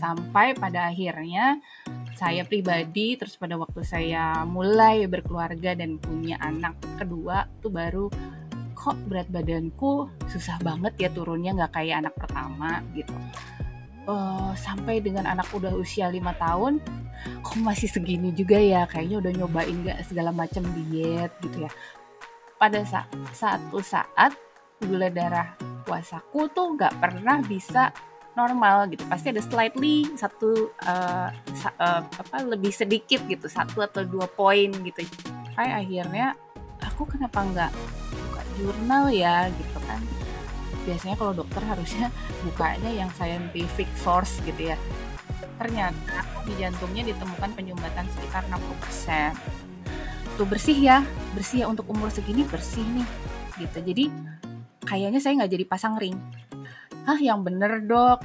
Sampai pada akhirnya saya pribadi, terus pada waktu saya mulai berkeluarga dan punya anak kedua, tuh baru kok berat badanku susah banget ya turunnya, nggak kayak anak pertama gitu. Sampai dengan anak udah usia 5 tahun, kok masih segini juga ya, kayaknya udah nyobain segala macam diet gitu ya. Pada satu saat gula darah puasaku tuh nggak pernah bisa normal gitu, pasti ada slightly lebih sedikit gitu, 1 atau 2 poin gitu. Kayak akhirnya aku kenapa nggak buka jurnal ya gitu kan. Biasanya kalau dokter harusnya bukanya yang scientific source gitu ya. Ternyata di jantungnya ditemukan penyumbatan sekitar 60%. Tuh bersih ya untuk umur segini, bersih nih gitu. Jadi kayaknya saya nggak jadi pasang ring. Yang bener dok.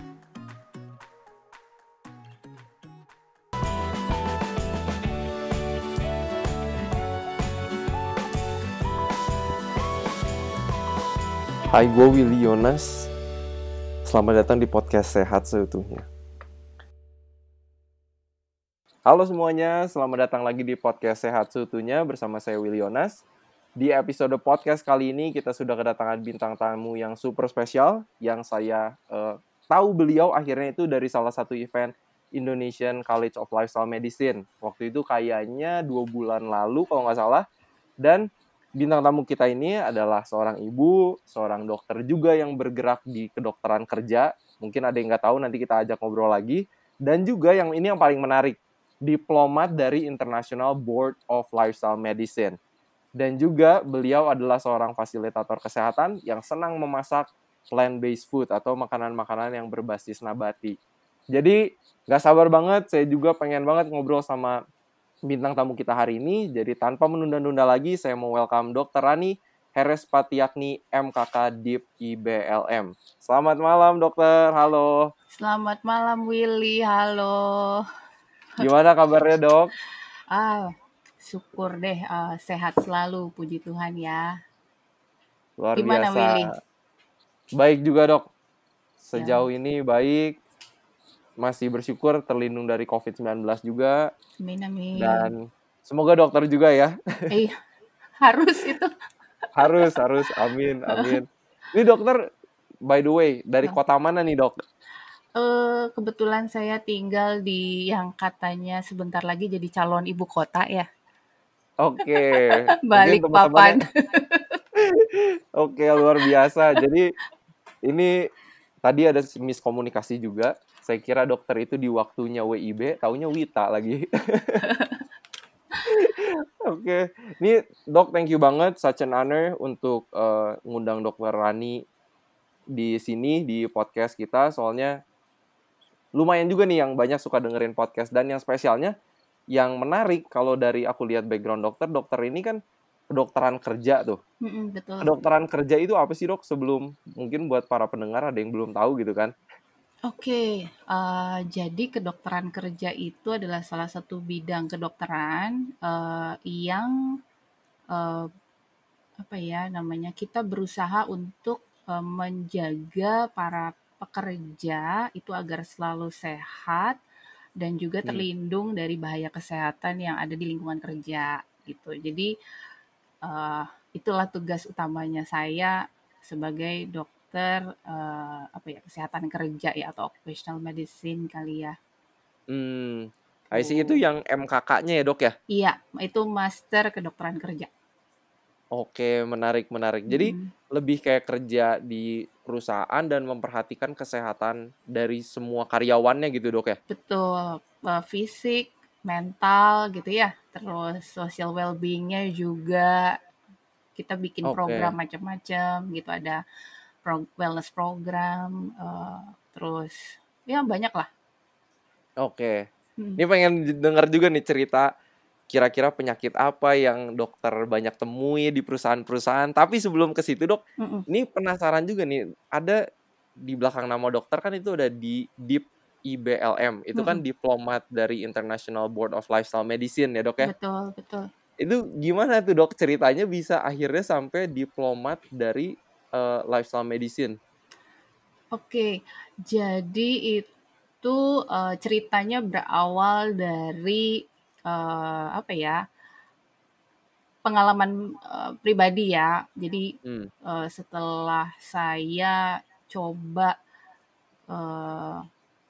Hai, gue Willy Yonas. Selamat datang di podcast Sehat Seutuhnya. Halo semuanya, selamat datang lagi di podcast Sehat Seutuhnya bersama saya Willy Yonas. Di episode podcast kali ini kita sudah kedatangan bintang tamu yang super spesial, yang saya tahu beliau akhirnya itu dari salah satu event Indonesian College of Lifestyle Medicine. Waktu itu kayaknya 2 bulan lalu kalau nggak salah. Dan bintang tamu kita ini adalah seorang ibu, seorang dokter juga yang bergerak di kedokteran kerja. Mungkin ada yang nggak tahu, nanti kita ajak ngobrol lagi. Dan juga yang ini yang paling menarik, diplomat dari International Board of Lifestyle Medicine. Dan juga beliau adalah seorang fasilitator kesehatan yang senang memasak plant-based food atau makanan-makanan yang berbasis nabati. Jadi nggak sabar banget, saya juga pengen banget ngobrol sama bintang tamu kita hari ini. Jadi tanpa menunda-nunda lagi, saya mau welcome Dr. Rani Herespatiakni, MKK DIP IBLM. Selamat malam dokter, halo. Selamat malam Willy, halo. Gimana kabarnya dok? Syukur deh, sehat selalu, puji Tuhan ya. Luar Gimana biasa. Willy? Baik juga dok. Sejauh ini baik. Masih bersyukur terlindung dari COVID-19 juga. Amin. Dan semoga dokter juga ya. Harus itu. Harus. Amin. Ini dokter, by the way, dari kota mana nih dok? Kebetulan saya tinggal di yang katanya sebentar lagi jadi calon ibu kota ya. Oke. Balikpapan. Oke, luar biasa. Jadi ini tadi ada miskomunikasi juga. Saya kira dokter itu di waktunya WIB, taunya Wita lagi. Oke. Ini dok, thank you banget, such an honor untuk ngundang Dokter Rani di sini di podcast kita. Soalnya lumayan juga nih yang banyak suka dengerin podcast, dan yang spesialnya, yang menarik kalau dari aku lihat background dokter ini kan kedokteran kerja tuh. Betul. Kedokteran kerja itu apa sih dok? Sebelum mungkin buat para pendengar ada yang belum tahu gitu kan. Oke, jadi kedokteran kerja itu adalah salah satu bidang kedokteran yang kita berusaha untuk menjaga para pekerja itu agar selalu sehat dan juga terlindung dari bahaya kesehatan yang ada di lingkungan kerja gitu. Jadi itulah tugas utamanya saya sebagai dokter kesehatan kerja ya, atau occupational medicine kali ya. IC itu yang MKK-nya ya dok ya? Iya, itu master kedokteran kerja. Oke, menarik. Jadi lebih kayak kerja di perusahaan dan memperhatikan kesehatan dari semua karyawannya gitu dok ya? Betul, fisik, mental gitu ya, terus social well-being-nya juga. Kita bikin program macam-macam gitu, ada wellness program, terus ya banyak lah. Oke. Ini pengen dengar juga nih cerita kira-kira penyakit apa yang dokter banyak temui di perusahaan-perusahaan. Tapi sebelum ke situ dok, ini penasaran juga nih, ada di belakang nama dokter kan itu ada di DIP IBLM. Itu kan diplomat dari International Board of Lifestyle Medicine ya dok ya? Betul. Itu gimana tuh dok ceritanya bisa akhirnya sampai diplomat dari Lifestyle Medicine? Oke, jadi itu ceritanya berawal dari apa ya, pengalaman pribadi ya. Jadi Hmm. setelah saya coba eh,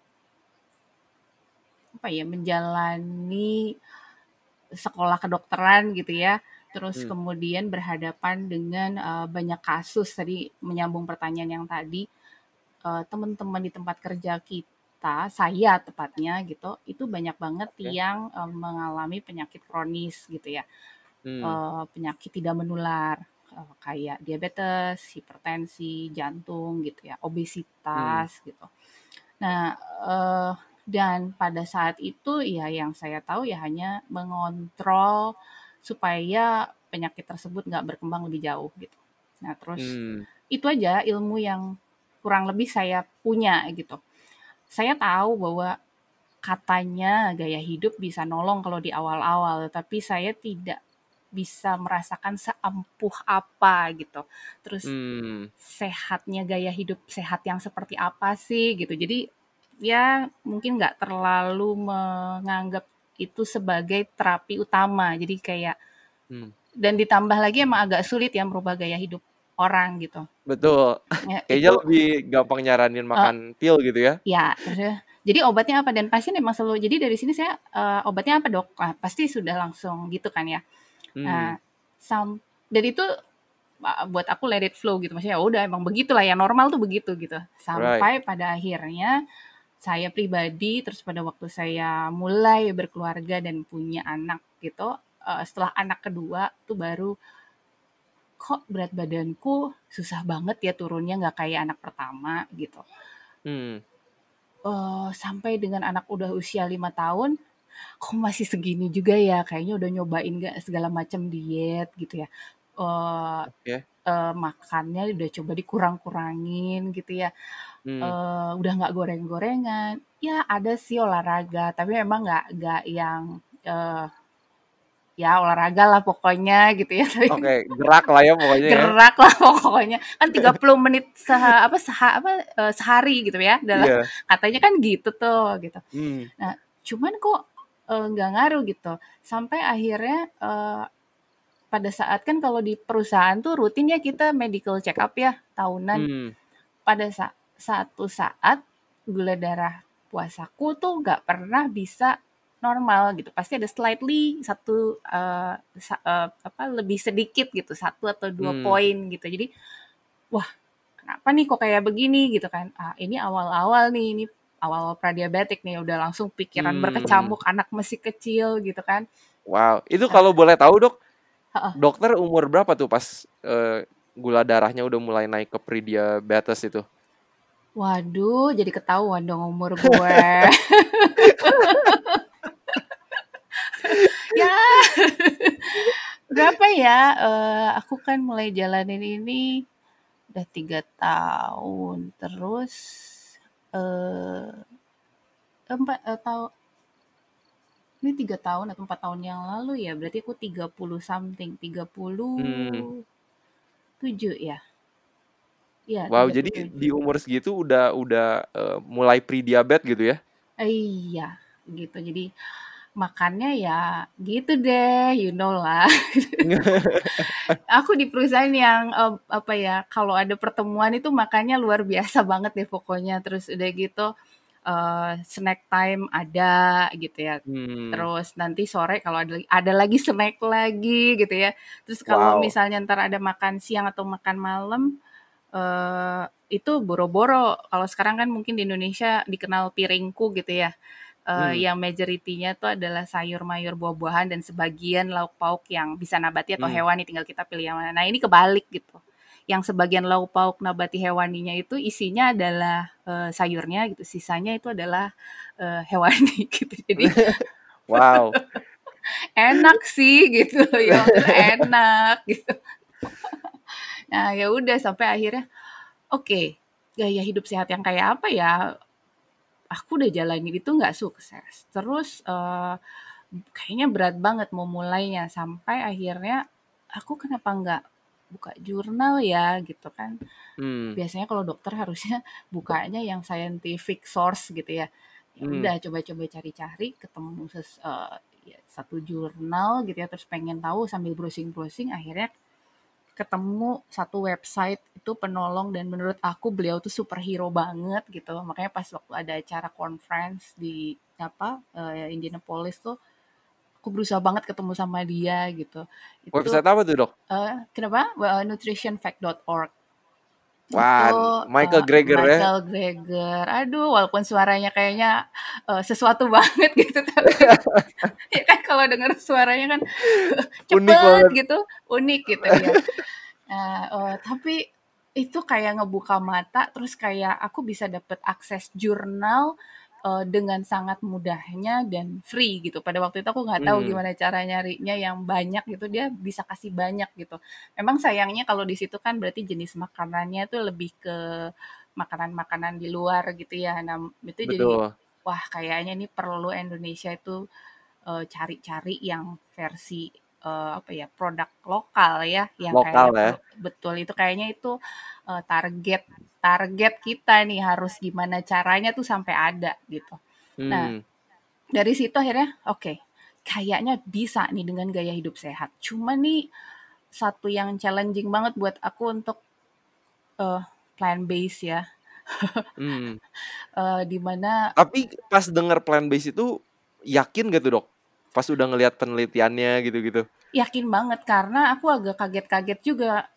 apa ya, menjalani sekolah kedokteran gitu ya, terus Hmm. kemudian berhadapan dengan banyak kasus, tadi menyambung pertanyaan yang tadi, teman-teman di tempat kerja kita, saya tepatnya gitu, itu banyak banget Oke. yang mengalami penyakit kronis gitu ya, Hmm. penyakit tidak menular, kayak diabetes, hipertensi, jantung gitu ya, Hmm. obesitas gitu. Nah, dan pada saat itu ya yang saya tahu ya hanya mengontrol supaya penyakit tersebut nggak berkembang lebih jauh gitu. Nah, terus Hmm. itu aja ilmu yang kurang lebih saya punya gitu. Saya tahu bahwa katanya gaya hidup bisa nolong kalau di awal-awal, tapi saya tidak bisa merasakan seampuh apa gitu. Terus Hmm. sehatnya gaya hidup sehat yang seperti apa sih gitu. Jadi ya mungkin nggak terlalu menganggap itu sebagai terapi utama. Jadi kayak Hmm. dan ditambah lagi emang agak sulit ya merubah gaya hidup orang gitu. Betul. Ya, Kayaknya itu lebih gampang nyaranin eh, makan pil gitu ya. ya terus ya. Jadi obatnya apa dan pasien emang selalu jadi dari sini saya obatnya apa dok? Ah, pasti sudah langsung gitu kan ya. Hmm. Nah, dan itu buat aku let it flow gitu, maksudnya ya udah emang begitulah ya normal tuh begitu gitu. Right. Sampai pada akhirnya saya pribadi terus pada waktu saya mulai berkeluarga dan punya anak gitu, setelah anak kedua tuh baru kok berat badanku susah banget ya turunnya nggak kayak anak pertama gitu. Hmm. Sampai dengan anak udah usia 5 tahun, kok masih segini juga ya, kayaknya udah nyobain nggak segala macam diet gitu ya. Eee Oke. Makannya udah coba dikurang-kurangin gitu ya, Hmm. udah nggak goreng-gorengan, ya ada sih olahraga, tapi memang nggak yang, eee, ya olahraga lah pokoknya gitu ya, tapi Oke, gerak lah ya pokoknya ya. gerak lah pokoknya, kan 30 menit sehari gitu ya, dalam Iya. katanya kan gitu tuh, gitu. Hmm. Nah, cuman kok, nggak ngaruh gitu, sampai akhirnya, pada saat kan kalau di perusahaan tuh rutin ya kita medical check up ya, tahunan. Hmm. Pada satu saat gula darah puasaku tuh nggak pernah bisa normal gitu. Pasti ada slightly satu apa lebih sedikit gitu, satu atau dua Hmm. poin gitu. Jadi, wah kenapa nih kok kayak begini gitu kan? Ah, ini awal-awal nih, ini awal pradiabetik nih, udah langsung pikiran Hmm. berkecamuk, anak masih kecil gitu kan. Wow. Itu Ah, kalau boleh tahu dok, heeh. dokter umur berapa tuh pas gula darahnya udah mulai naik ke prediabetes itu? Waduh, jadi ketahuan dong umur gue. Ya, berapa ya? Aku kan mulai jalanin ini udah 3 tahun, terus eh 3 tahun atau 4 tahun yang lalu ya. Berarti aku 30 something, tiga Hmm. puluh tujuh ya. Iya, Wow, tiga jadi puluh di tujuh. umur segitu udah mulai pre-diabetes gitu ya? Iya, gitu. Jadi makannya ya gitu deh, you know lah. Aku di perusahaan yang apa ya, kalau ada pertemuan itu makannya luar biasa banget deh pokoknya. Terus udah gitu snack time ada gitu ya. Hmm. Terus nanti sore kalau ada lagi snack lagi gitu ya. Terus kalau Wow. misalnya ntar ada makan siang atau makan malam itu boro-boro. Kalau sekarang kan mungkin di Indonesia dikenal piringku gitu ya. Hmm. Yang majority-nya tuh adalah sayur mayur buah-buahan dan sebagian lauk pauk yang bisa nabati atau Hmm. hewani, tinggal kita pilih yang mana. Nah, ini kebalik gitu. Yang sebagian lauk pauk nabati hewaninya itu isinya adalah sayurnya gitu, sisanya itu adalah hewani gitu. Jadi Wow. enak sih gitu ya, maksudnya enak gitu. Nah, ya udah sampai akhirnya oke, gaya hidup sehat yang kayak apa ya? Aku udah jalanin itu nggak sukses. Terus kayaknya berat banget mau mulainya sampai akhirnya aku kenapa nggak buka jurnal ya gitu kan. Hmm. Biasanya kalau dokter harusnya bukanya yang scientific source gitu ya. Ya Hmm. udah coba-coba cari-cari, ketemu ya, satu jurnal gitu ya, terus pengen tahu sambil browsing-browsing, akhirnya ketemu satu website itu penolong, dan menurut aku beliau tuh superhero banget gitu. Makanya pas waktu ada acara conference di Indianapolis tuh aku berusaha banget ketemu sama dia gitu. Itu Website apa tuh, Dok? kenapa? Nutritionfact.org. Wah, Itu Michael Greger ya. Michael Greger. Aduh, walaupun suaranya kayaknya sesuatu banget gitu, tapi ya kan kalau dengar suaranya kan Unik cepet banget. gitu, unik gitu ya. Nah, tapi itu kayak ngebuka mata, terus kayak aku bisa dapet akses jurnal dengan sangat mudahnya dan free gitu. Pada waktu itu aku nggak tahu Hmm, gimana cara nyarinya yang banyak gitu, dia bisa kasih banyak gitu. Memang sayangnya kalau di situ kan berarti jenis makanannya tuh lebih ke makanan-makanan di luar gitu ya. Nah, itu jadi betul. wah kayaknya ini perlu Indonesia itu cari-cari yang versi apa ya, produk lokal ya, yang Lokal kayaknya ya. perlu betul itu kayaknya itu target target kita nih, harus gimana caranya tuh sampai ada gitu. Nah, Hmm. dari situ akhirnya oke, kayaknya bisa nih dengan gaya hidup sehat. Cuma nih satu yang challenging banget buat aku untuk eh, plant based ya, Hmm. di mana Tapi pas denger plant based itu yakin gak tuh, Dok? Pas udah ngelihat penelitiannya gitu-gitu. yakin banget karena aku agak kaget-kaget juga.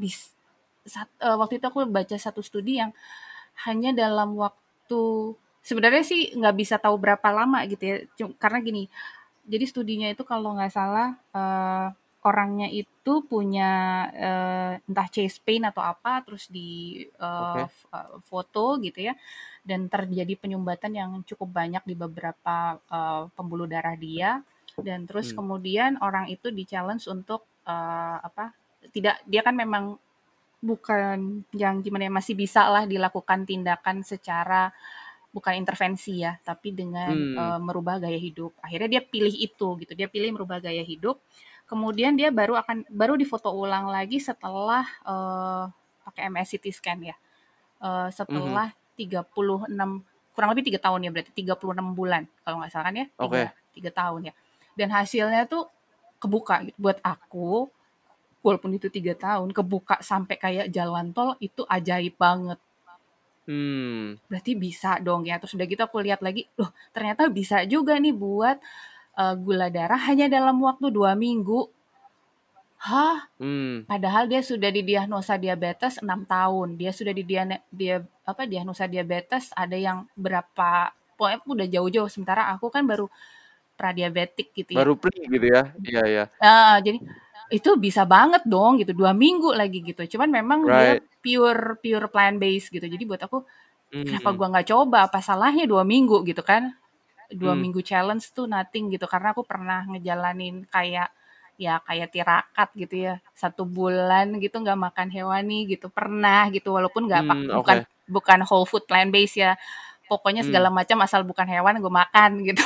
Waktu itu aku baca satu studi yang hanya dalam waktu, sebenarnya sih nggak bisa tahu berapa lama gitu ya, karena gini, jadi studinya itu kalau nggak salah orangnya itu punya entah chest pain atau apa, terus di Oke. foto gitu ya, dan terjadi penyumbatan yang cukup banyak di beberapa pembuluh darah dia, dan terus Hmm. kemudian orang itu di-challenge untuk tidak, dia kan memang bukan yang gimana ya, masih bisa lah dilakukan tindakan secara bukan intervensi ya, tapi dengan Hmm. merubah gaya hidup. Akhirnya dia pilih itu gitu, dia pilih merubah gaya hidup. Kemudian dia baru difoto ulang lagi setelah pakai MRI scan ya. Mhm. Setelah 36, kurang lebih 3 tahun ya, berarti 36 bulan kalau nggak salah kan ya, tiga Oke. tiga tahun ya. Dan hasilnya tuh kebuka gitu. Buat aku, walaupun itu 3 tahun, kebuka sampai kayak jalan tol, itu ajaib banget. Hmm. Berarti bisa dong ya. Terus udah gitu aku lihat lagi, loh ternyata bisa juga nih buat gula darah hanya dalam waktu 2 minggu. Hah? Hmm. Padahal dia sudah didiagnosa diabetes 6 tahun. Dia sudah diagnosa diabetes ada yang berapa, pokoknya udah jauh-jauh. Sementara aku kan baru pradiabetik gitu ya. Baru pli gitu ya? Iya iya. Jadi itu bisa banget dong gitu, 2 minggu lagi gitu. Cuman memang dia Right. pure pure plant based gitu. Jadi buat aku, kenapa Hmm. gua nggak coba? Apa salahnya 2 minggu gitu kan? dua Hmm. minggu challenge tuh nothing gitu, karena aku pernah ngejalanin kayak ya kayak tirakat gitu ya, 1 bulan gitu nggak makan hewani gitu, pernah gitu, walaupun nggak bukan Oke. bukan whole food plant based ya, pokoknya Hmm. segala macam asal bukan hewan gue makan gitu.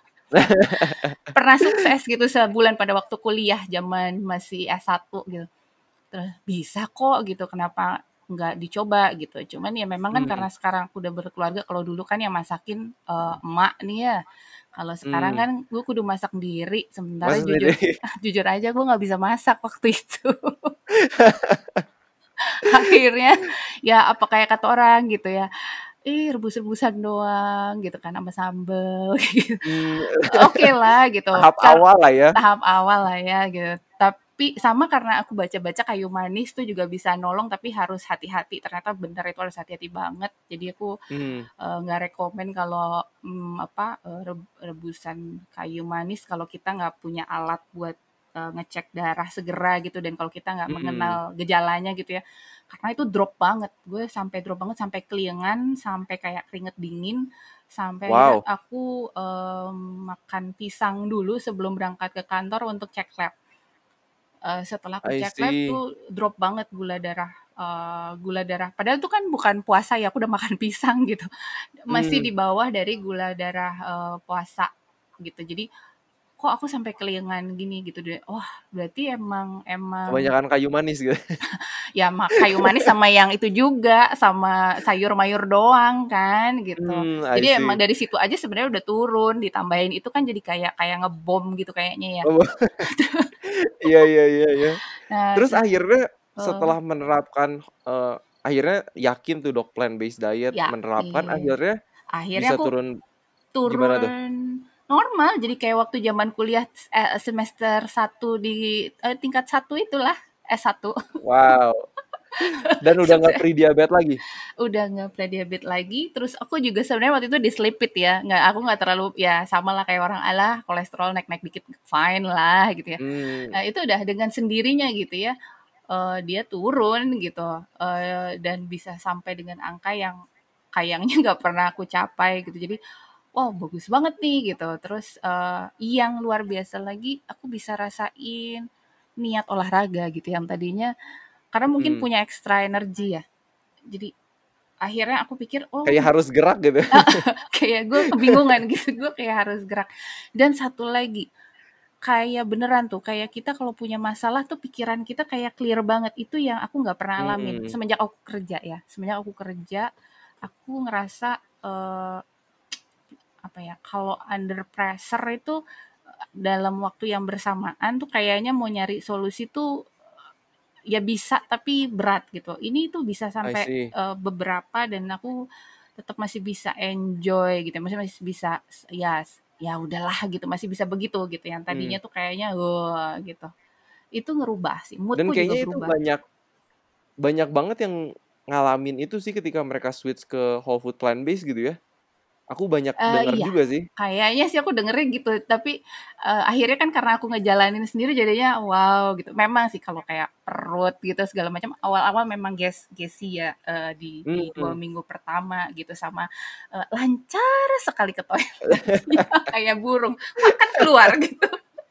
Pernah sukses gitu sebulan pada waktu kuliah zaman masih S1 gitu. Terus bisa kok gitu, kenapa nggak dicoba gitu. Cuman ya memang kan Hmm. karena sekarang aku udah berkeluarga, kalau dulu kan yang masakin emak nih ya. Kalau sekarang Hmm. kan gue kudu masak sendiri, sementara Masak jujur sendiri. jujur aja gue nggak bisa masak waktu itu. Akhirnya ya apa kayak kata orang gitu ya, rebus-rebusan doang gitu kan sama sambel gitu. Mmm, Oke lah gitu, tahap awal lah ya? tahap awal lah ya gitu. Tapi sama karena aku baca-baca kayu manis tuh juga bisa nolong, tapi harus hati-hati. Ternyata benar itu harus hati-hati banget. Jadi aku Hmm. nggak rekomen kalau rebusan kayu manis kalau kita nggak punya alat buat ngecek darah segera gitu, dan kalau kita nggak Hmm. mengenal gejalanya gitu ya, karena itu drop banget, gue sampai drop banget, sampai keliengan, sampai kayak keringet dingin, sampai akhirnya Wow. aku makan pisang dulu sebelum berangkat ke kantor untuk cek lab. Setelah aku I cek lab see. tuh drop banget gula darah. Padahal itu kan bukan puasa ya, aku udah makan pisang gitu. Masih Hmm. di bawah dari gula darah puasa gitu. Jadi kok aku sampai keliengan gini gitu deh. Wah, berarti emang Kebanyakan kayu manis gitu. ya kayu manis sama yang itu juga, sama sayur mayur doang kan gitu. I Jadi emang see. dari situ aja sebenarnya udah turun, ditambahin itu kan jadi kayak kayak ngebom gitu kayaknya ya. Oh, iya iya iya iya. Nah, Terus terus akhirnya eh, setelah menerapkan, akhirnya yakin tuh Dok plant based diet, menerapkan yakin. akhirnya Akhirnya bisa aku turun gimana tuh? turun normal, jadi kayak waktu zaman kuliah semester 1 di tingkat 1 itulah, S1. Wow, dan udah nggak pre-diabetes lagi? Udah nggak prediabetes lagi, terus aku juga sebenarnya waktu itu diselipit ya, aku nggak terlalu, ya sama lah kayak orang, alah kolesterol naik-naik dikit fine lah gitu ya. Mmm, Nah itu udah dengan sendirinya gitu ya, dia turun gitu, dan bisa sampai dengan angka yang kayaknya nggak pernah aku capai gitu. Jadi, wow bagus banget nih gitu. Terus, yang luar biasa lagi aku bisa rasain niat olahraga gitu yang tadinya karena mungkin mhm, punya ekstra energi ya. Jadi akhirnya aku pikir, oh kayak harus gerak gitu? kayak gue kebingungan gitu, gue kayak harus gerak. Dan satu lagi, kayak beneran tuh, kayak kita kalau punya masalah tuh pikiran kita kayak clear banget. Itu yang aku nggak pernah alamin Mhm, semenjak aku kerja ya. Semenjak aku kerja, aku ngerasa apa ya, kalau under pressure itu dalam waktu yang bersamaan tuh kayaknya mau nyari solusi tuh ya bisa tapi berat gitu. Ini tuh bisa I sampai see, beberapa dan aku tetap masih bisa enjoy gitu, masih bisa ya ya udahlah gitu, masih bisa begitu gitu. Yang tadinya mmm, tuh kayaknya wah gitu. Itu ngerubah sih, dan moodku juga kayaknya itu berubah. banyak banyak banget yang ngalamin itu sih ketika mereka switch ke whole food plant based gitu ya. Aku banyak denger Iya, juga sih. kayaknya sih aku dengerin gitu, tapi, akhirnya kan karena aku ngejalanin sendiri jadinya wow gitu. Memang sih kalau kayak perut gitu segala macam awal-awal memang gassy ya, di 2 Mhm, minggu pertama gitu sama, lancar sekali ke toilet kayak burung, makan keluar gitu.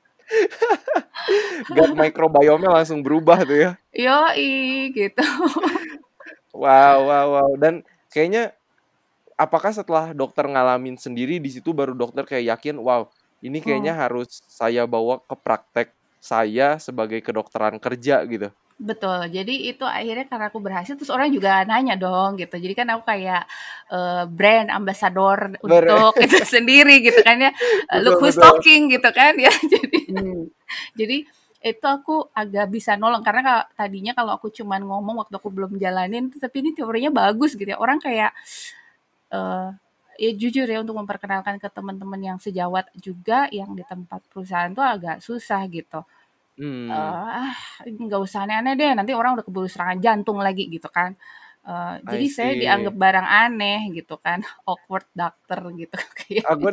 gut microbiome-nya langsung berubah tuh ya. Yoi, gitu. Wow wow wow, dan kayaknya apakah setelah dokter ngalamin sendiri di situ baru dokter kayak yakin, "Wow, ini kayaknya Oh. harus saya bawa ke praktek saya sebagai kedokteran kerja," gitu? Betul, jadi itu akhirnya karena aku berhasil terus orang juga nanya dong gitu. Jadi kan aku kayak, brand ambassador Ber untuk itu sendiri gitu kan ya, look betul who's betul. talking gitu kan ya. Mmm, Jadi itu aku agak bisa nolong karena tadinya kalau aku cuman ngomong waktu aku belum jalanin, tapi ini teorinya bagus gitu ya. Orang kayak, eee, ya jujur ya untuk memperkenalkan ke teman-teman yang sejawat juga yang di tempat perusahaan tuh agak susah gitu. mmm, Nggak usah aneh-aneh deh, nanti orang udah keburu serangan jantung lagi gitu kan. I Jadi saya see. dianggap barang aneh gitu kan, awkward doctor gitu kayak. Aku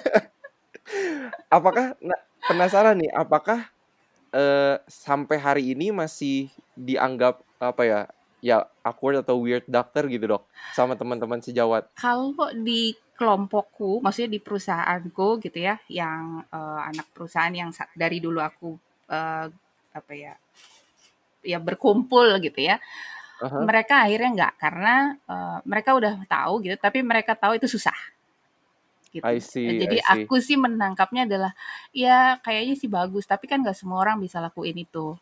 apakah penasaran nih, apakah, sampai hari ini masih dianggap, apa ya, ya awkward atau weird doctor gitu, Dok, sama teman-teman sejawat? Kalau di kelompokku, maksudnya di perusahaanku gitu ya, yang anak perusahaan yang dari dulu aku eh, apa ya, ya berkumpul gitu ya, Ah. mereka akhirnya nggak karena mereka udah tahu gitu, tapi mereka tahu itu susah gitu. I see Jadi I see. aku sih menangkapnya adalah, ya kayaknya sih bagus, tapi kan nggak semua orang bisa lakuin itu,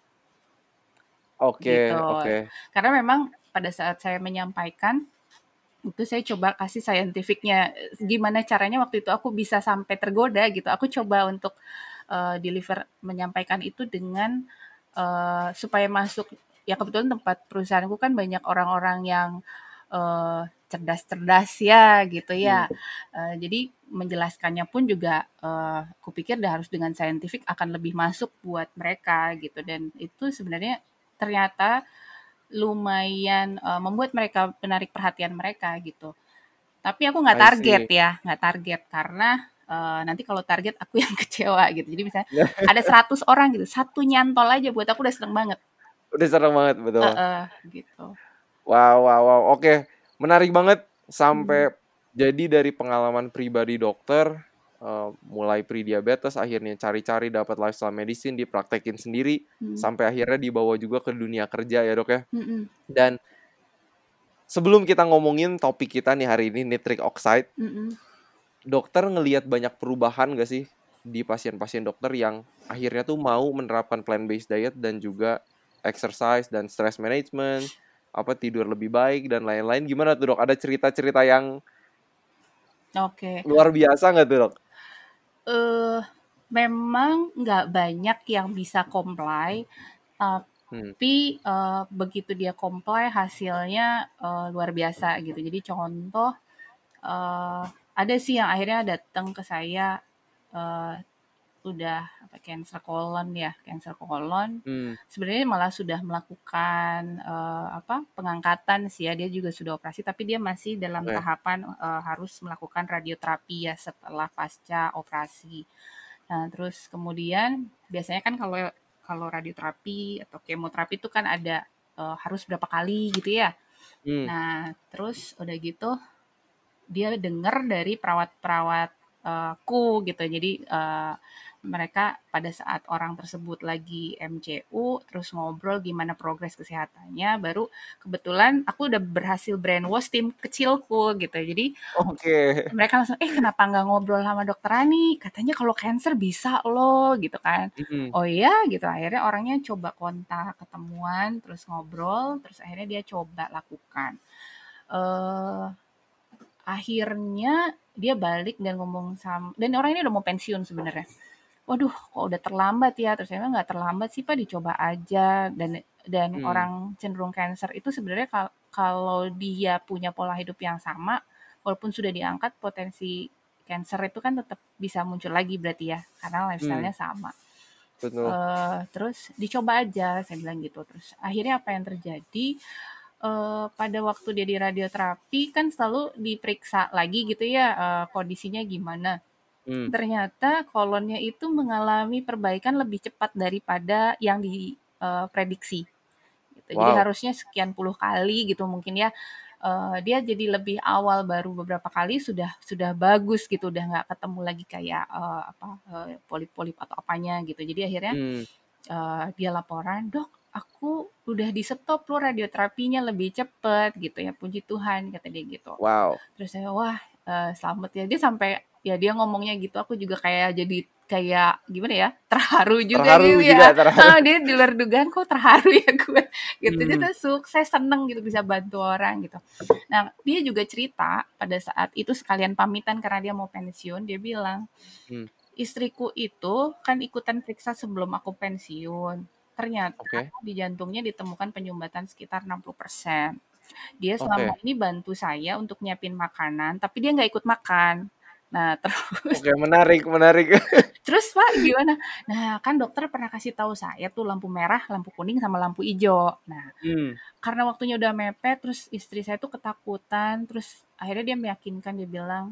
gitu. Oke oke. Karena memang pada saat saya menyampaikan, itu saya coba kasih scientific-nya, gimana caranya waktu itu aku bisa sampai tergoda gitu. Aku coba untuk deliver menyampaikan itu dengan supaya masuk, ya kebetulan tempat perusahaanku kan banyak orang-orang yang cerdas-cerdas ya gitu Mmm, ya. Jadi menjelaskannya pun juga aku pikir udah harus dengan saintifik akan lebih masuk buat mereka gitu dan itu sebenarnya ternyata lumayan membuat mereka menarik perhatian mereka gitu. Tapi aku nggak I target see. ya, nggak target karena nanti kalau target aku yang kecewa gitu. Jadi misalnya ada 100 orang gitu, satu nyantol aja buat aku udah seneng banget. Udah serem banget, betul. Gitu. Wow wow wow, oke. Menarik banget Mhm, sampai jadi dari pengalaman pribadi dokter, mulai pre-diabetes akhirnya cari-cari dapat lifestyle medicine, dipraktekin sendiri, mhm, sampai akhirnya dibawa juga ke dunia kerja ya, Dok, ya. mhm, Dan sebelum kita ngomongin topik kita nih hari ini nitric oxide, mhm. dokter ngelihat banyak perubahan nggak sih di pasien-pasien dokter yang akhirnya tuh mau menerapkan plant-based diet dan juga exercise dan stress management, tidur lebih baik dan lain-lain. Gimana tuh, Dok? Ada cerita-cerita yang Oke. luar biasa nggak tuh, Dok? Eh, Memang nggak banyak yang bisa comply, Hmm, tapi begitu dia comply hasilnya luar biasa gitu. Jadi contoh, eh, ada sih yang akhirnya datang ke saya, eh, udah cancer kolon. hmm, Sebenarnya malah sudah melakukan pengangkatan sih ya, dia juga sudah operasi, tapi dia masih dalam oke. tahapan harus melakukan radioterapi ya setelah pasca operasi. Nah, terus kemudian biasanya kan kalau kalau radioterapi atau kemoterapi itu kan ada harus berapa kali gitu ya. Hmm, Nah, terus udah gitu dia dengar dari perawat-perawat ku gitu. Jadi mereka pada saat orang tersebut lagi MCU terus ngobrol gimana progres kesehatannya, baru kebetulan aku udah berhasil brainwash tim kecilku gitu. Jadi oke. mereka langsung, kenapa nggak ngobrol sama dokter Rani? Katanya kalau cancer bisa loh, gitu kan. Hmm, Oh iya, gitu. Akhirnya orangnya coba kontak, ketemuan, terus ngobrol, terus akhirnya dia coba lakukan. Eh Akhirnya dia balik dan ngomong sama, dan orang ini udah mau pensiun sebenarnya. Waduh, kok udah terlambat ya? Terus saya bilang, nggak terlambat sih Pak, dicoba aja. Dan hmm, orang cenderung cancer itu sebenarnya kalau dia punya pola hidup yang sama, walaupun sudah diangkat, potensi cancer itu kan tetap bisa muncul lagi berarti ya, karena hmm, lifestyle-nya sama. betul. Terus dicoba aja, saya bilang gitu. Terus akhirnya apa yang terjadi? Pada waktu dia di radioterapi kan selalu diperiksa lagi gitu ya, kondisinya gimana. Hmm, Ternyata kolonnya itu mengalami perbaikan lebih cepat daripada yang diprediksi gitu. Jadi wow. harusnya sekian puluh kali gitu mungkin ya, dia jadi lebih awal baru beberapa kali sudah bagus gitu, udah nggak ketemu lagi kayak, polip-polip atau apanya gitu. Jadi akhirnya Hmm, dia laporan, "Dok, aku udah di-stop loh radioterapinya lebih cepet," gitu ya, "puji Tuhan," kata dia gitu. wow. Terus saya, "Wah, selamat ya." Dia sampai ya dia ngomongnya gitu, aku juga kayak jadi kayak gimana ya, terharu juga Terharu gitu juga, ya. terharu. Dia di luar dugaan, "Kok terharu ya gue?" Gitu. Dia Hmm, tuh sukses, seneng gitu bisa bantu orang gitu. Nah, dia juga cerita pada saat itu sekalian pamitan karena dia mau pensiun, dia bilang, hmm, "Istriku itu kan ikutan periksa sebelum aku pensiun. Ternyata oke, di jantungnya ditemukan penyumbatan sekitar 60%. Dia selama oke. ini bantu saya untuk nyiapin makanan, tapi dia nggak ikut makan. Nah, terus Oke, menarik, menarik. terus Pak gimana? Nah, kan dokter pernah kasih tahu saya tuh lampu merah, lampu kuning, sama lampu hijau. Nah, Hmm, karena waktunya udah mepet, terus istri saya tuh ketakutan, terus akhirnya dia meyakinkan, dia bilang,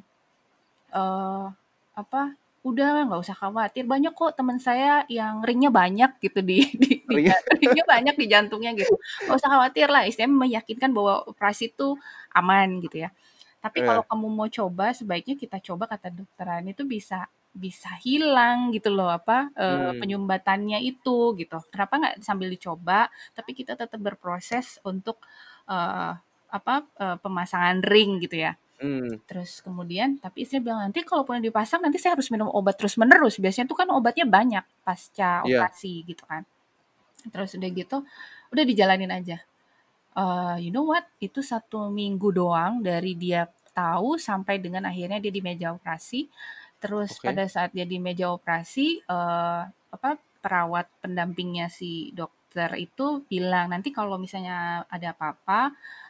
eee, apa, "Udah nggak usah khawatir, banyak kok teman saya yang ringnya banyak gitu ringnya banyak di jantungnya gitu, nggak usah khawatir lah," istilahnya meyakinkan bahwa operasi itu aman gitu ya. "Tapi kalau eh, kamu mau coba, sebaiknya kita coba," kata dokteran, "itu bisa bisa hilang gitu loh, hmm, penyumbatannya itu," gitu. "Kenapa nggak sambil dicoba, tapi kita tetap berproses untuk, eee, pemasangan ring," gitu ya. hmm, Terus kemudian tapi istri bilang, "Nanti kalaupun dipasang nanti saya harus minum obat terus-menerus." Biasanya tuh kan obatnya banyak pasca iya, operasi gitu kan. Terus udah gitu, udah dijalanin aja. You know what? Itu 1 minggu doang dari dia tahu sampai dengan akhirnya dia di meja operasi. Terus oke, pada saat dia di meja operasi, perawat pendampingnya si dokter itu bilang, "Nanti kalau misalnya ada apa-apa,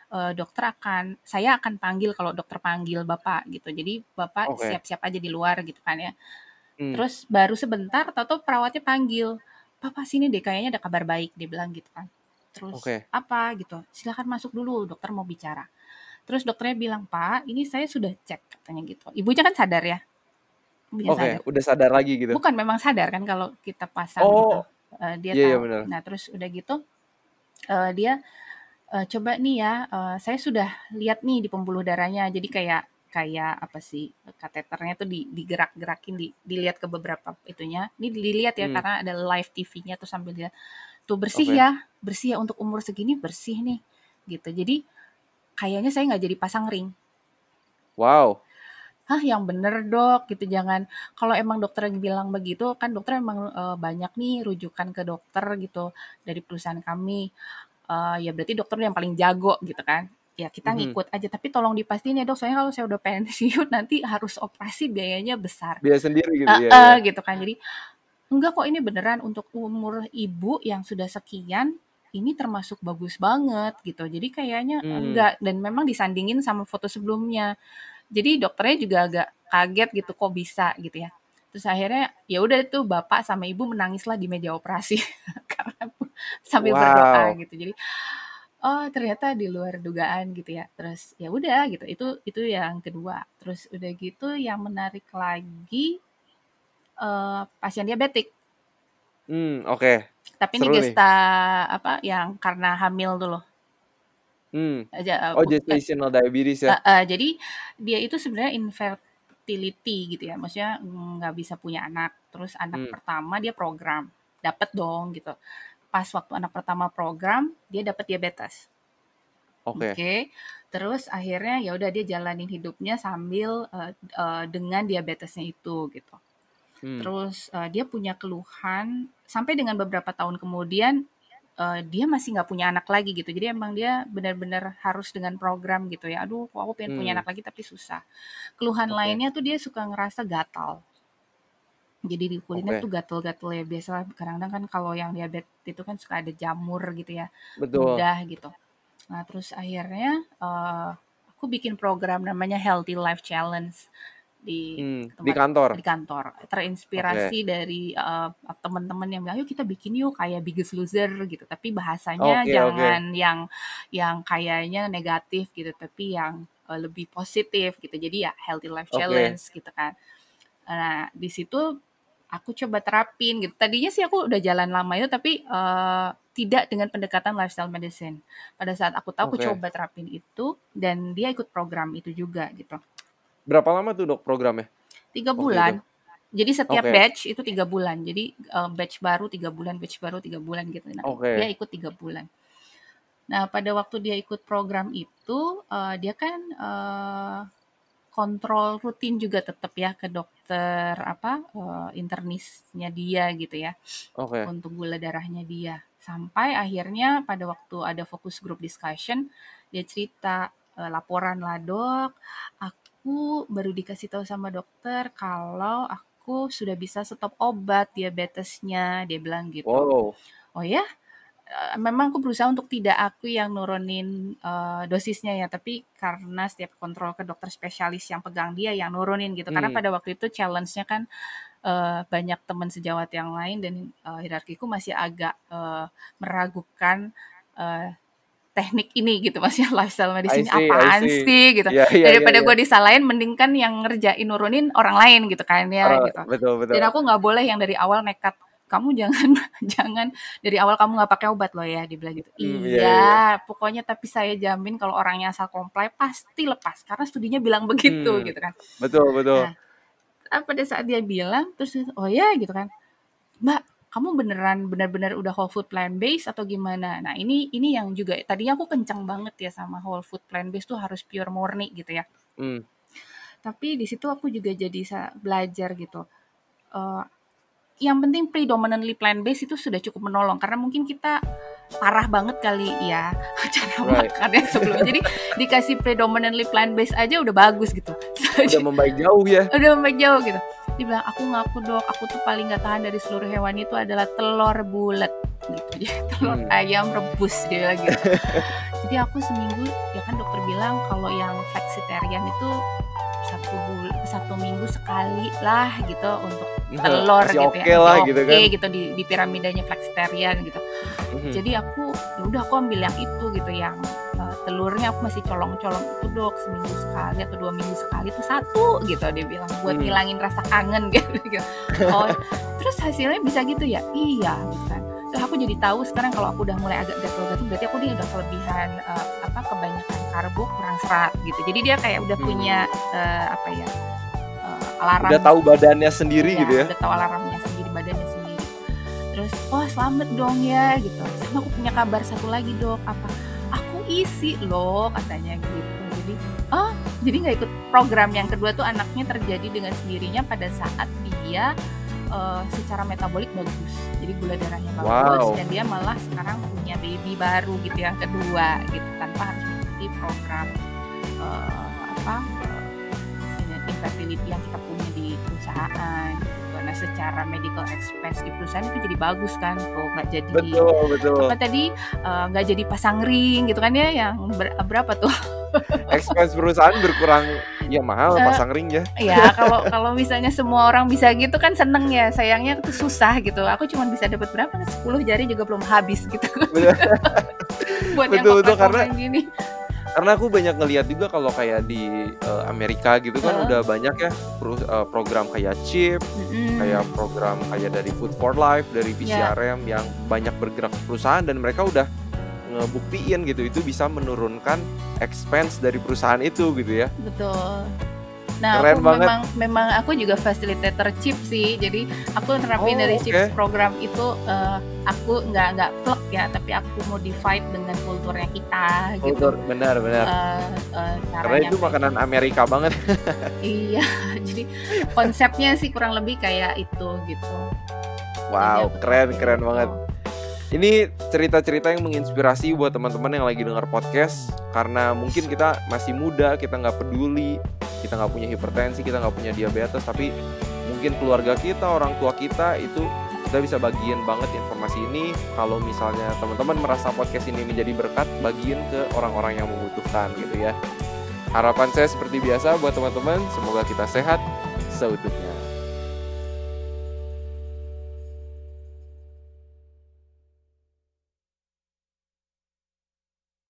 saya akan panggil kalau dokter panggil Bapak," gitu. Jadi Bapak oke, siap-siap aja di luar gitu kan ya. hmm, Terus baru sebentar tahu-tahu perawatnya panggil, "Papa sini deh kayaknya ada kabar baik," dia bilang gitu kan. Terus, oke, "Apa?" gitu, "Silakan masuk dulu, dokter mau bicara." Terus dokternya bilang, "Pak, ini saya sudah cek," katanya gitu. Ibunya kan sadar ya, ibunya oke, sadar. udah sadar lagi gitu? Bukan, memang sadar kan kalau kita pasang gitu, Oh, dia iya, iya, tahu. benar. Nah terus udah gitu, dia "Coba nih ya, saya sudah lihat nih di pembuluh darahnya." Jadi kayak kayak apa sih, kateternya tuh digerak-gerakin, dilihat ke beberapa itunya. Ini dilihat ya Hmm, karena ada live TV-nya tuh sambil lihat, "Tuh oke, bersih ya untuk umur segini bersih nih." Gitu. Jadi kayaknya saya nggak jadi pasang ring. wow, "Hah, yang bener Dok," gitu, jangan kalau emang dokter bilang begitu, kan dokter emang, banyak nih rujukan ke dokter gitu dari perusahaan kami, ya berarti dokter yang paling jago gitu kan. Ya kita Mhm. ngikut aja, tapi tolong dipastiin ya Dok, soalnya kalau saya udah pensiun nanti harus operasi biayanya besar. Biaya sendiri gitu, iya iya. Heeh, gitu kan. Jadi, "Enggak kok, ini beneran untuk umur ibu yang sudah sekian, ini termasuk bagus banget," gitu. Jadi kayaknya Mmm, enggak, dan memang disandingin sama foto sebelumnya. Jadi dokternya juga agak kaget gitu, kok bisa gitu ya. Terus akhirnya ya udah tuh bapak sama ibu menangislah di meja operasi karena sambil berdoa wow. gitu. Jadi oh ternyata di luar dugaan gitu ya. Terus ya udah gitu. Itu yang kedua. Terus udah gitu yang menarik lagi pasien diabetik. Oke. Tapi ini Seru nih. gesta apa yang karena hamil tuh loh. Mmm. Aja Oh, gestational diabetes ya? jadi dia itu sebenarnya infertility gitu ya, maksudnya nggak bisa punya anak. Terus anak Mmm, pertama dia program, dapet dong gitu. Pas waktu anak pertama program, dia dapet diabetes. oke. Oke, terus akhirnya ya udah dia jalanin hidupnya sambil dengan diabetesnya itu gitu. Mmm, Terus dia punya keluhan sampai dengan beberapa tahun kemudian dia masih nggak punya anak lagi gitu. Jadi emang dia benar-benar harus dengan program gitu ya. Aduh, kok aku pengen punya mmm, anak lagi tapi susah. Keluhan oke lainnya tuh dia suka ngerasa gatal. Jadi di kulitnya tuh oke. gatel-gatel ya. Biasa kadang-kadang kan kalau yang diabetes itu kan suka ada jamur gitu ya, Betul. mudah gitu. Nah terus akhirnya aku bikin program namanya Healthy Life Challenge di Di tempat kantor? di kantor. Oke. Terinspirasi dari teman-teman yang bilang, "Yuk kita bikin yuk kayak Biggest Loser," gitu. Tapi bahasanya Oke oke. jangan yang kayaknya negatif gitu, tapi yang lebih positif gitu. Jadi ya Healthy Life Oke. Challenge gitu kan. Nah, di situ aku coba terapin gitu. Tadinya sih aku udah jalan lama itu tapi tidak dengan pendekatan lifestyle medicine. Pada saat aku tahu aku Oke. coba terapin itu dan dia ikut program itu juga gitu. Berapa lama tuh, Dok, programnya 3 waktu itu? bulan. Jadi setiap Oke batch itu 3 bulan. Jadi batch baru 3 bulan, batch baru 3 bulan gitu. Nah, dia oke ikut 3 bulan. Nah, pada waktu dia ikut program itu dia kan kontrol rutin juga tetap ya ke dokter apa internisnya dia gitu ya oke untuk gula darahnya dia. Sampai akhirnya pada waktu ada focus group discussion, dia cerita, laporan lah, "Dok, aku baru dikasih tahu sama dokter kalau aku sudah bisa stop obat diabetesnya," dia bilang gitu. wow, "Oh ya? Memang aku berusaha untuk tidak aku yang nurunin, dosisnya ya, tapi karena setiap kontrol ke dokter spesialis yang pegang dia yang nurunin gitu. Karena mmm, pada waktu itu challenge-nya kan banyak teman sejawat yang lain dan hierarkiku masih agak meragukan uh, teknik ini gitu maksudnya lifestyle I medicine see I apaan see. sih gitu Iya iya iya daripada iya. gue disalahin mending kan yang ngerjain nurunin orang lain gitu kan ya gitu Betul dan betul. aku nggak boleh yang dari awal nekat kamu jangan jangan dari awal kamu nggak pakai obat loh ya dibilang gitu Iya iya iya. iya pokoknya tapi saya jamin kalau orangnya asal comply pasti lepas karena studinya bilang begitu Mmm, gitu kan betul betul. nah pada saat dia bilang terus oh ya gitu kan Mbak, kamu beneran benar-benar udah whole food plant based atau gimana? Nah, ini yang juga tadinya aku kencang banget ya sama whole food plant based tuh harus pure murni gitu ya. Mmm, Tapi di situ aku juga jadi belajar gitu. Eh, yang penting predominantly plant based itu sudah cukup menolong karena mungkin kita parah banget kali ya cara right. makannya sebelumnya. Jadi dikasih predominantly plant based aja udah bagus gitu. Udah membaik jauh ya? Udah membaik jauh gitu. Dia bilang, aku ngaku dok, aku tuh paling gak tahan dari seluruh hewan itu adalah telur bulat gitu. Jadi telur Mmm, ayam rebus dia bilang gitu. Jadi aku seminggu, ya kan dokter bilang kalau yang flexitarian itu satu minggu sekali lah gitu untuk telur masih gitu ya masih okelah gitu oke kan? gitu di piramidanya flexitarian gitu Mhm, jadi aku ya udah aku ambil yang itu gitu yang telurnya aku masih colong-colong itu dok seminggu sekali atau 2 minggu sekali itu satu gitu dia bilang buat mmm, ngilangin rasa kangen gitu. Oh terus hasilnya bisa gitu ya iya gitu kan terus aku jadi tahu sekarang kalau aku udah mulai agak gatal-gatal berarti aku nih udah kelebihan kebanyakan karbo kurang serat gitu jadi dia kayak udah mmm. punya apa ya alarm Udah tahu badannya sendiri gitu ya ya? udah tahu alarmnya sendiri badannya sendiri terus oh selamat dong ya gitu sama aku punya kabar satu lagi dok apa aku isi loh katanya gitu jadi oh Jadi nggak ikut program. Yang kedua tuh anaknya terjadi dengan sendirinya pada saat dia secara metabolik bagus. Jadi gula darahnya bagus, dan dia malah sekarang punya baby baru gitu yang kedua gitu, tanpa harus mengikuti program infertility yang kita punya di perusahaan. Nah, secara medical expense di perusahaan itu jadi bagus kan, tuh nggak jadi betul. apa tadi nggak jadi pasang ring gitu kan ya, yang berapa tuh expense perusahaan berkurang, ya mahal pasang ring ya. Ya kalau misalnya semua orang bisa gitu kan seneng ya, sayangnya itu susah gitu. Aku cuma bisa dapat berapa, 10 jari juga belum habis gitu. Buat betul yang karena gini. Karena aku banyak ngelihat juga kalau kayak di Amerika gitu kan udah banyak ya program kayak CHIP, kayak program kayak dari Food for Life, dari PCRM yang banyak bergerak ke perusahaan, dan mereka udah ngebuktiin gitu itu bisa menurunkan expense dari perusahaan itu gitu ya. Betul. Nah, keren aku banget. memang aku juga facilitator CHIP sih. Jadi aku nerapin dari CHIP program itu, aku nggak plek ya, tapi aku modified dengan kulturnya kita gitu. Benar. Karena itu makanan Amerika banget. Iya, jadi konsepnya sih kurang lebih kayak itu gitu. Wow, keren banget. Ini cerita-cerita yang menginspirasi buat teman-teman yang lagi dengar podcast. Karena mungkin kita masih muda, kita nggak peduli, kita nggak punya hipertensi, kita nggak punya diabetes, tapi mungkin keluarga kita, orang tua kita, itu kita bisa bagiin banget informasi ini. Kalau misalnya teman-teman merasa podcast ini menjadi berkat, bagiin ke orang-orang yang membutuhkan gitu ya. Harapan saya seperti biasa buat teman-teman, semoga kita sehat seutuhnya.